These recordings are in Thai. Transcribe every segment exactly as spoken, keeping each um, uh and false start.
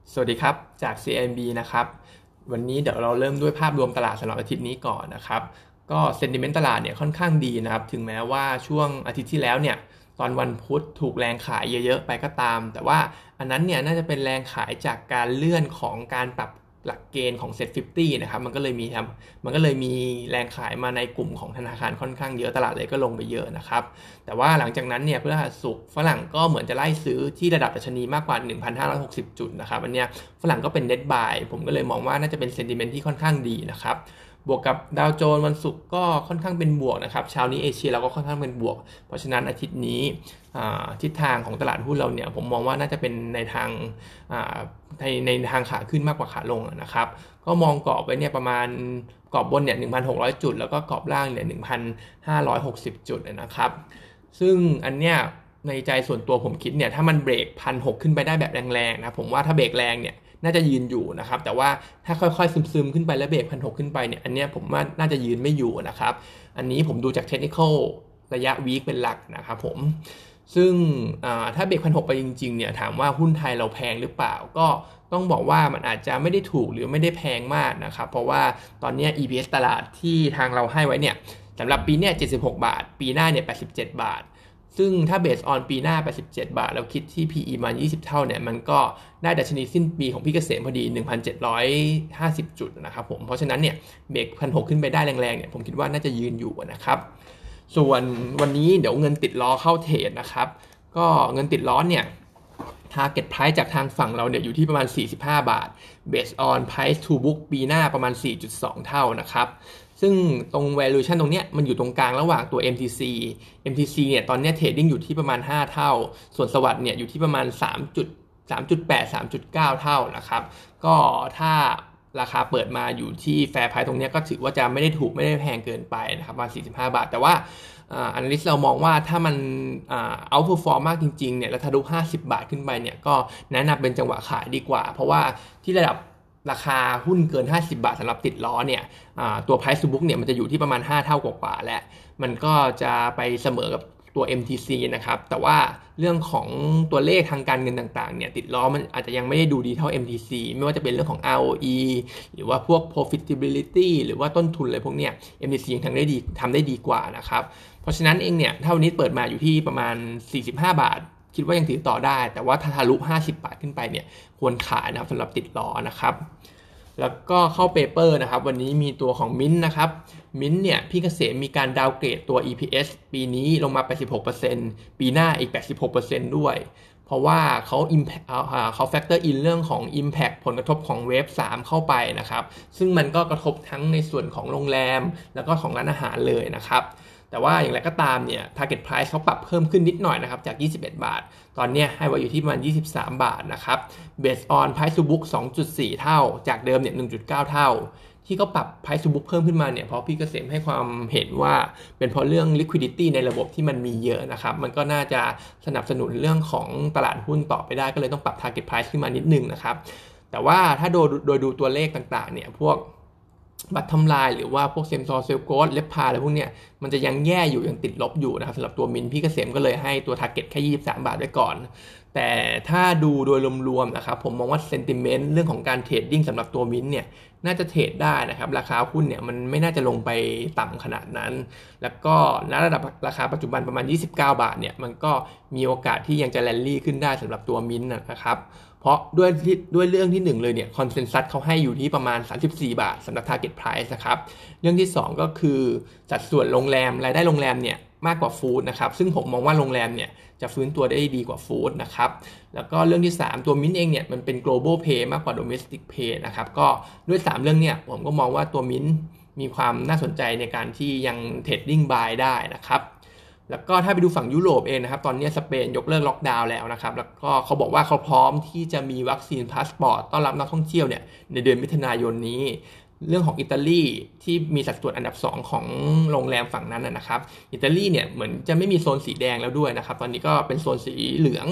สวัสดีครับจาก ซี เอ็น บี นะครับวันนี้เดี๋ยวเราเริ่มด้วยภาพรวมตลาดสำหรับอาทิตย์นี้ก่อนนะครับก็เซนติเมนต์ตลาดเนี่ยค่อนข้างดีนะครับถึงแม้ว่าช่วงอาทิตย์ที่แล้วเนี่ยตอนวันพุธถูกแรงขายเยอะๆไปก็ตามแต่ว่าอันนั้นเนี่ยน่าจะเป็นแรงขายจากการเลื่อนของการปรับหลักเกณฑ์ของ เซ็ต ห้าสิบ นะครับมันก็เลยมีครับมันก็เลยมีแรงขายมาในกลุ่มของธนาคารค่อนข้างเยอะตลาดเลยก็ลงไปเยอะนะครับแต่ว่าหลังจากนั้นเนี่ยพฤหัสศุกร์ฝรั่งก็เหมือนจะไล่ซื้อที่ระดับดัชนีมากกว่า หนึ่งพันห้าร้อยหกสิบ จุดนะครับอันเนี้ยฝรั่งก็เป็นเน็ตบายผมก็เลยมองว่าน่าจะเป็นเซนติเมนต์ที่ค่อนข้างดีนะครับบวกกับดาวโจนส์วันศุกร์ก็ค่อนข้างเป็นบวกนะครับเช้านี้เอเชียเราก็ค่อนข้างเป็นบวกเพราะฉะนั้นอาทิตย์นี้ทิศทางของตลาดหุ้นเราเนี่ยผมมองว่าน่าจะเป็นในทางในในทางขาขึ้นมากกว่าขาลงนะครับก็มองกรอบไว้เนี่ยประมาณกรอบบนเนี่ย หนึ่งพันหกร้อย จุดแล้วก็กรอบล่างเนี่ย หนึ่งพันห้าร้อยหกสิบ จุดนะครับซึ่งอันเนี้ยในใจส่วนตัวผมคิดเนี่ยถ้ามันเบรก หนึ่งพันหกร้อย ขึ้นไปได้แบบแรงๆนะผมว่าถ้าเบรกแรงเนี่ยน่าจะยืนอยู่นะครับแต่ว่าถ้าค่อยๆซึมๆขึ้นไปแล้วเบรก หนึ่งพันหกร้อย ขึ้นไปเนี่ยอันเนี้ยผมว่าน่าจะยืนไม่อยู่นะครับอันนี้ผมดูจากเทคนิคอลระยะวีคเป็นหลักนะครับผมซึ่งถ้าเบรก หนึ่งพันหกร้อย ไปจริงๆเนี่ยถามว่าหุ้นไทยเราแพงหรือเปล่าก็ต้องบอกว่ามันอาจจะไม่ได้ถูกหรือไม่ได้แพงมากนะครับเพราะว่าตอนนี้ อี พี เอส ตลาดที่ทางเราให้ไว้เนี่ยสำหรับปีนี้เจ็ดสิบหกบาทปีหน้าเนี่ยแปดสิบเจ็ดบาทซึ่งถ้าเบสออนปีหน้าแปดสิบเจ็ดบาทแล้วคิดที่ พี อี มายี่สิบเท่าเนี่ยมันก็ได้ดัชนีสิ้นปีของพี่เกษมพอดี หนึ่งพันเจ็ดร้อยห้าสิบ จุดนะครับผมเพราะฉะนั้นเนี่ยเบรก หนึ่งพันหกร้อย ขึ้นไปได้แรงๆเนี่ยผมคิดว่าน่าจะยืนอยู่นะครับส่วนวันนี้เดี๋ยวเงินติดล้อเข้าเทรดนะครับก็เงินติดล้อเนี่ย target price จากทางฝั่งเราเนี่ยอยู่ที่ประมาณสี่สิบห้าบาท based on price to book ปีหน้าประมาณ สี่จุดสอง เท่านะครับซึ่งตรง valuation ตรงเนี้ยมันอยู่ตรงกลางระหว่างตัว เอ็ม ที ซี เอ็ม ที ซี เนี่ยตอนนี้เทรดดิ้งอยู่ที่ประมาณห้าเท่าส่วนสวัสด์เนี่ยอยู่ที่ประมาณ3จุด3.8 3.9 เท่านะครับก็ถ้าราคาเปิดมาอยู่ที่แฟร์ไพรซ์ตรงนี้ก็ถือว่าจะไม่ได้ถูกไม่ได้แพงเกินไปนะครับประมาณสี่สิบห้าบาทแต่ว่าอันลิสต์เรามองว่าถ้ามันเอาท์เพอร์ฟอร์มมากจริงๆเนี่ยแล้วทะลุห้าสิบบาทขึ้นไปเนี่ยก็แนะนำเป็นจังหวะขายดีกว่าเพราะว่าที่ระดับราคาหุ้นเกินห้าสิบบาทสำหรับติดล้อเนี่ยตัว price to book เนี่ยมันจะอยู่ที่ประมาณห้าเท่ากว่าๆและมันก็จะไปเสมอกับตัว เอ็ม ที ซี นะครับแต่ว่าเรื่องของตัวเลขทางการเงินต่างๆเนี่ยติดล้อมันอาจจะยังไม่ได้ดูดีเท่า เอ็ม ที ซี ไม่ว่าจะเป็นเรื่องของ อาร์ โอ อี หรือว่าพวก profitability หรือว่าต้นทุนอะไรพวกเนี้ย เอ็ม ที ซี ยังทำได้ดีทำได้ดีกว่านะครับเพราะฉะนั้นเองเนี่ยถ้าวันนี้เปิดมาอยู่ที่ประมาณสี่สิบห้าบาทคิดว่ายังถือต่อได้แต่ว่าถ้าทะลุห้าสิบบาทขึ้นไปเนี่ยควรขายนะครับสำหรับติดล้อนะครับแล้วก็เข้าเปเปอร์นะครับวันนี้มีตัวของมิ้นนะครับมิ้นเนี่ยพี่เกษมมีการดาวเกรดตัว อี พี เอส ปีนี้ลงมา แปดสิบหกเปอร์เซ็นต์ ปีหน้าอีก แปดสิบหกเปอร์เซ็นต์ ด้วยเพราะว่าเขา impact เขา factor in เรื่องของ impact ผลกระทบของเวฟสามเข้าไปนะครับซึ่งมันก็กระทบทั้งในส่วนของโรงแรมแล้วก็ของร้านอาหารเลยนะครับแต่ว่าอย่างไรก็ตามเนี่ย target price เขาปรับเพิ่มขึ้นนิดหน่อยนะครับจากยี่สิบเอ็ดบาทตอนนี้ให้ไว้อยู่ที่ประมาณยี่สิบสามบาทนะครับ based on price to book สองจุดสี่ เท่าจากเดิมเนี่ย หนึ่งจุดเก้า เท่าที่เขาปรับ price to book เพิ่มขึ้นมาเนี่ยเพราะพี่เกษมให้ความเห็นว่าเป็นเพราะเรื่อง liquidity ในระบบที่มันมีเยอะนะครับมันก็น่าจะสนับสนุนเรื่องของตลาดหุ้นต่อไปได้ก็เลยต้องปรับ target price ขึ้นมานิดนึงนะครับแต่ว่าถ้าโดยโดยดูตัวเลขต่างๆเนี่ยพวกบัตรทำลายหรือว่าพวกเซมซอร์เซลโกสเลปพาอะไรพวกเนี้ยมันจะยังแย่อยู่ยังติดลบอยู่นะครับสำหรับตัวมินพี่เกษมก็เลยให้ตัว target แค่ยี่สิบสามบาทไว้ก่อนแต่ถ้าดูโดยรวมๆนะครับผมมองว่าเซนติเมนต์เรื่องของการเทรดดิ้งสำหรับตัวมินเนี่ยน่าจะเทรดได้นะครับราคาหุ้นเนี่ยมันไม่น่าจะลงไปต่ำขนาดนั้นแล้วก็ณระดับราคาปัจจุบันประมาณยี่สิบเก้าบาทเนี่ยมันก็มีโอกาสที่ยังจะแรลลี่ขึ้นได้สำหรับตัวมินนะครับเพราะด้วยด้วยเรื่องที่หนึ่งเลยเนี่ยคอนเซนแซสเขาให้อยู่ที่ประมาณสามสิบสี่บาทสำหรับ target price นะครับเรื่องที่สองก็คือสัดส่วนโรงแรมรายได้โรงแรมเนี่ยมากกว่าฟู้ดนะครับซึ่งผมมองว่าโรงแรมเนี่ยจะฟื้นตัวได้ดีกว่าฟู้ดนะครับแล้วก็เรื่องที่สามตัวมิ้นเองเนี่ยมันเป็น global pay มากกว่า domestic pay นะครับก็ด้วยสามเรื่องเนี่ยผมก็มองว่าตัวมิ้นมีความน่าสนใจในการที่ยัง trading buy ได้นะครับแล้วก็ถ้าไปดูฝั่งยุโรปเองนะครับตอนนี้สเปนยกเลิกล็อกดาวน์แล้วนะครับแล้วก็เขาบอกว่าเขาพร้อมที่จะมีวัคซีนพาสปอร์ตต้อนรับนักท่องเที่ยวเนี่ยในเดือนมิถุนายนนี้เรื่องของอิตาลีที่มีสัดส่วนอันดับสองของโรงแรมฝั่งนั้นนะครับอิตาลีเนี่ยเหมือนจะไม่มีโซนสีแดงแล้วด้วยนะครับตอนนี้ก็เป็นโซนสีเหลือง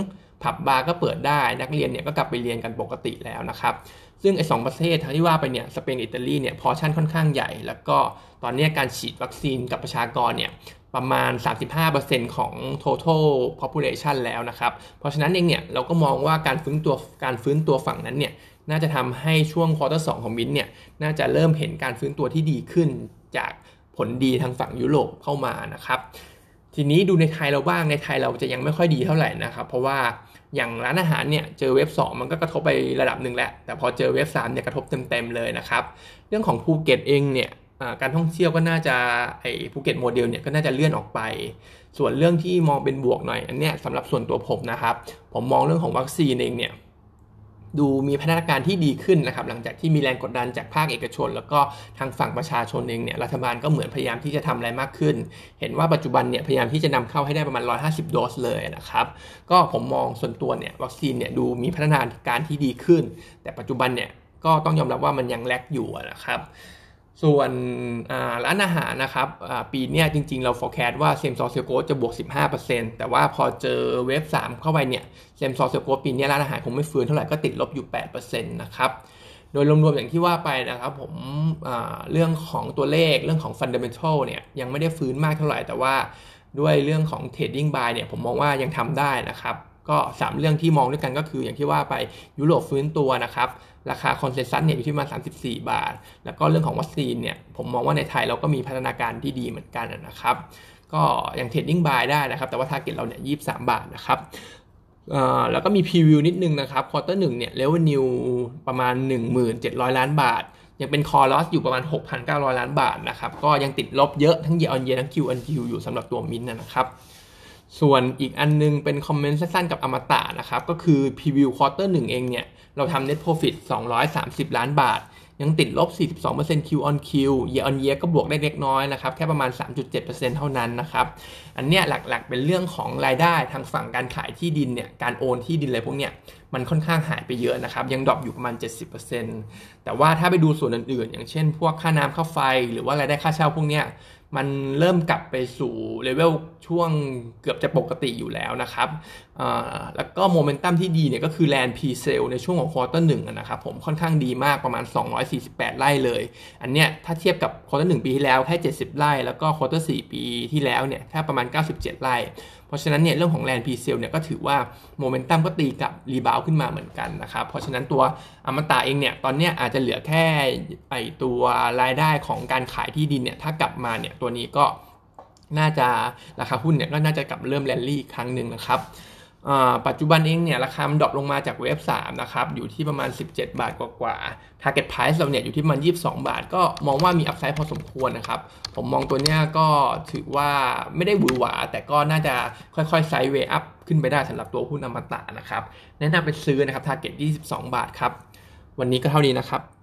ผับบาร์ก็เปิดได้นักเรียนเนี่ยก็กลับไปเรียนกันปกติแล้วนะครับซึ่งไอ้สองประเทศทั้งที่ว่าไปเนี่ยสเปนอิตาลีเนี่ยพอร์ชั่นค่อนข้างใหญ่แล้วก็ตอนนี้การฉีดวัคซีนกับประชากรเนี่ยประมาณ สามสิบห้าเปอร์เซ็นต์ ของ total population แล้วนะครับเพราะฉะนั้นเองเนี่ยเราก็มองว่าการฟื้นตัวการฟื้นตัวฝั่งนั้นเนี่ยน่าจะทำให้ช่วงควอเตอร์สองของมิ้นเนี่ยน่าจะเริ่มเห็นการฟื้นตัวที่ดีขึ้นจากผลดีทางฝั่งยุโรปเข้ามานะครับทีนี้ดูในไทยเราบ้างในไทยเราจะยังไม่ค่อยดีเท่าไหร่นะครับเพราะว่าอย่างร้านอาหารเนี่ยเจอเวฟสองมันก็กระทบไประดับหนึ่งแหละแต่พอเจอเวฟสามเนี่ยกระทบเต็มๆเลยนะครับเรื่องของภูเก็ตเองเนี่ยการท่องเที่ยวก็น่าจะไอ้ภูเก็ตโมเดลเนี่ยก็น่าจะเลื่อนออกไปส่วนเรื่องที่มองเป็นบวกหน่อยอันเนี้ยสำหรับส่วนตัวผมนะครับผมมองเรื่องของวัคซีนเองเนี่ยดูมีพัฒนาการที่ดีขึ้นนะครับหลังจากที่มีแรงกดดันจากภาคเอกชนแล้วก็ทางฝั่งประชาชนเองเนี่ยรัฐบาลก็เหมือนพยายามที่จะทำอะไรมากขึ้นเห็นว่าปัจจุบันเนี่ยพยายามที่จะนำเข้าให้ได้ประมาณหนึ่งร้อยห้าสิบโดสเลยนะครับก็ผมมองส่วนตัวเนี่ยวัคซีนเนี่ยดูมีพัฒนาการที่ดีขึ้นแต่ปัจจุบันเนี่ยก็ต้องยอมรับว่ามันยังแลกอยู่นะครับส่วนร้านอาหารนะครับปีนี้จริงๆเรา forecast ว่า same store sales growth จะบวก สิบห้าเปอร์เซ็นต์ แต่ว่าพอเจอเวฟสามเข้าไปเนี่ย same store sales growth ปีนี้ร้านอาหารคงไม่ฟื้นเท่าไหร่ก็ติดลบอยู่ แปดเปอร์เซ็นต์ นะครับโดยรวมๆอย่างที่ว่าไปนะครับผมเรื่องของตัวเลขเรื่องของ fundamental เนี่ยยังไม่ได้ฟื้นมากเท่าไหร่แต่ว่าด้วยเรื่องของ trading buy เนี่ยผมมองว่ายังทำได้นะครับก็สามเรื่องที่มองด้วยกันก็คืออย่างที่ว่าไปยุโรปฟื้นตัวนะครับราคาคอนเซนซัสเนี่ยอยู่ที่ประมาณสามสิบสี่บาทแล้วก็เรื่องของวัคซีนเนี่ยผมมองว่าในไทยเราก็มีพัฒนาการที่ดีเหมือนกันนะครับก็ยังเทรดดิ้งบายได้นะครับแต่ว่าทาร์เก็ตเราเนี่ยยี่สิบสามบาทนะครับแล้วก็มีพรีวิวนิดนึงนะครับควอเตอร์หนึ่งเนี่ยเรเวนิวประมาณ หนึ่งพันเจ็ดร้อย ล้านบาทยังเป็นคอร์ลอสอยู่ประมาณ หกพันเก้าร้อย ล้านบาทนะครับก็ยังติดลบเยอะทั้ง year on year ทั้ง Q on Q อยู่สำหรับตัวมิ้นท์นะครับส่วนอีกอันนึงเป็นคอมเมนต์สั้นๆกับอมตะนะครับก็คือพรีวิวควอเตอร์หนึ่งเองเนี่ยเราทำ net profit สองร้อยสามสิบล้านบาทยังติดลบ สี่สิบสองเปอร์เซ็นต์ Q on Q year on year ก็บวกได้เล็กน้อยนะครับแค่ประมาณ สามจุดเจ็ดเปอร์เซ็นต์ เท่านั้นนะครับอันเนี้ยหลักๆเป็นเรื่องของรายได้ทางฝั่งการขายที่ดินเนี่ยการโอนที่ดินอะไรพวกเนี้ยมันค่อนข้างหายไปเยอะนะครับยังดรอปอยู่ประมาณ เจ็ดสิบเปอร์เซ็นต์ แต่ว่าถ้าไปดูส่วนอื่นๆอย่างเช่นพวกค่าน้ำค่าไฟหรือว่ารายได้ค่าเช่าพวกเนี้ยมันเริ่มกลับไปสู่เลเวลช่วงเกือบจะปกติอยู่แล้วนะครับแล้วก็โมเมนตัมที่ดีเนี่ยก็คือแลนด์พรีเซลในช่วงของควอเตอร์หนึ่งนะครับผมค่อนข้างดีมากประมาณสองร้อยสี่สิบแปดไร่เลยอันเนี้ยถ้าเทียบกับควอเตอร์หนึ่งปีที่แล้วแค่เจ็ดสิบไร่แล้วก็ควอเตอร์สี่ปีที่แล้วเนี่ยแค่ประมาณเก้าสิบเจ็ดไร่เพราะฉะนั้นเนี่ยเรื่องของแลนด์พรีเซลเนี่ยก็ถือว่าโมเมนตัมก็ตีกับรีบาวขึ้นมาเหมือนกันนะครับเพราะฉะนั้นตัวอมตะเองเนี่ยตอนเนี้ยอาจจะเหลือแค่ไอตัวรายได้ของการขายที่ดินเนี่ยถ้ากลับมาเนี่ยตัวนี้ก็น่าจะราคาหุ้นเนี่ยก็น่าจะกลับเริ่มแรลลี่อีกครั้งหนึ่งนะครับปัจจุบันเองเนี่ยราคามันดรอปลงมาจากเวฟสามนะครับอยู่ที่ประมาณสิบเจ็ดบาทกว่าๆ target price เราเนี่ยอยู่ที่ประมาณยี่สิบสองบาทก็มองว่ามีอัพไซด์พอสมควรนะครับผมมองตัวเนี้ยก็ถือว่าไม่ได้หวือหวาแต่ก็น่าจะค่อยๆไซด์เวย์อัพขึ้นไปได้สำหรับตัวหุ้นอมตะนะครับแนะนำไปซื้อนะครับ target ยี่สิบสองบาทครับวันนี้ก็เท่านี้นะครับ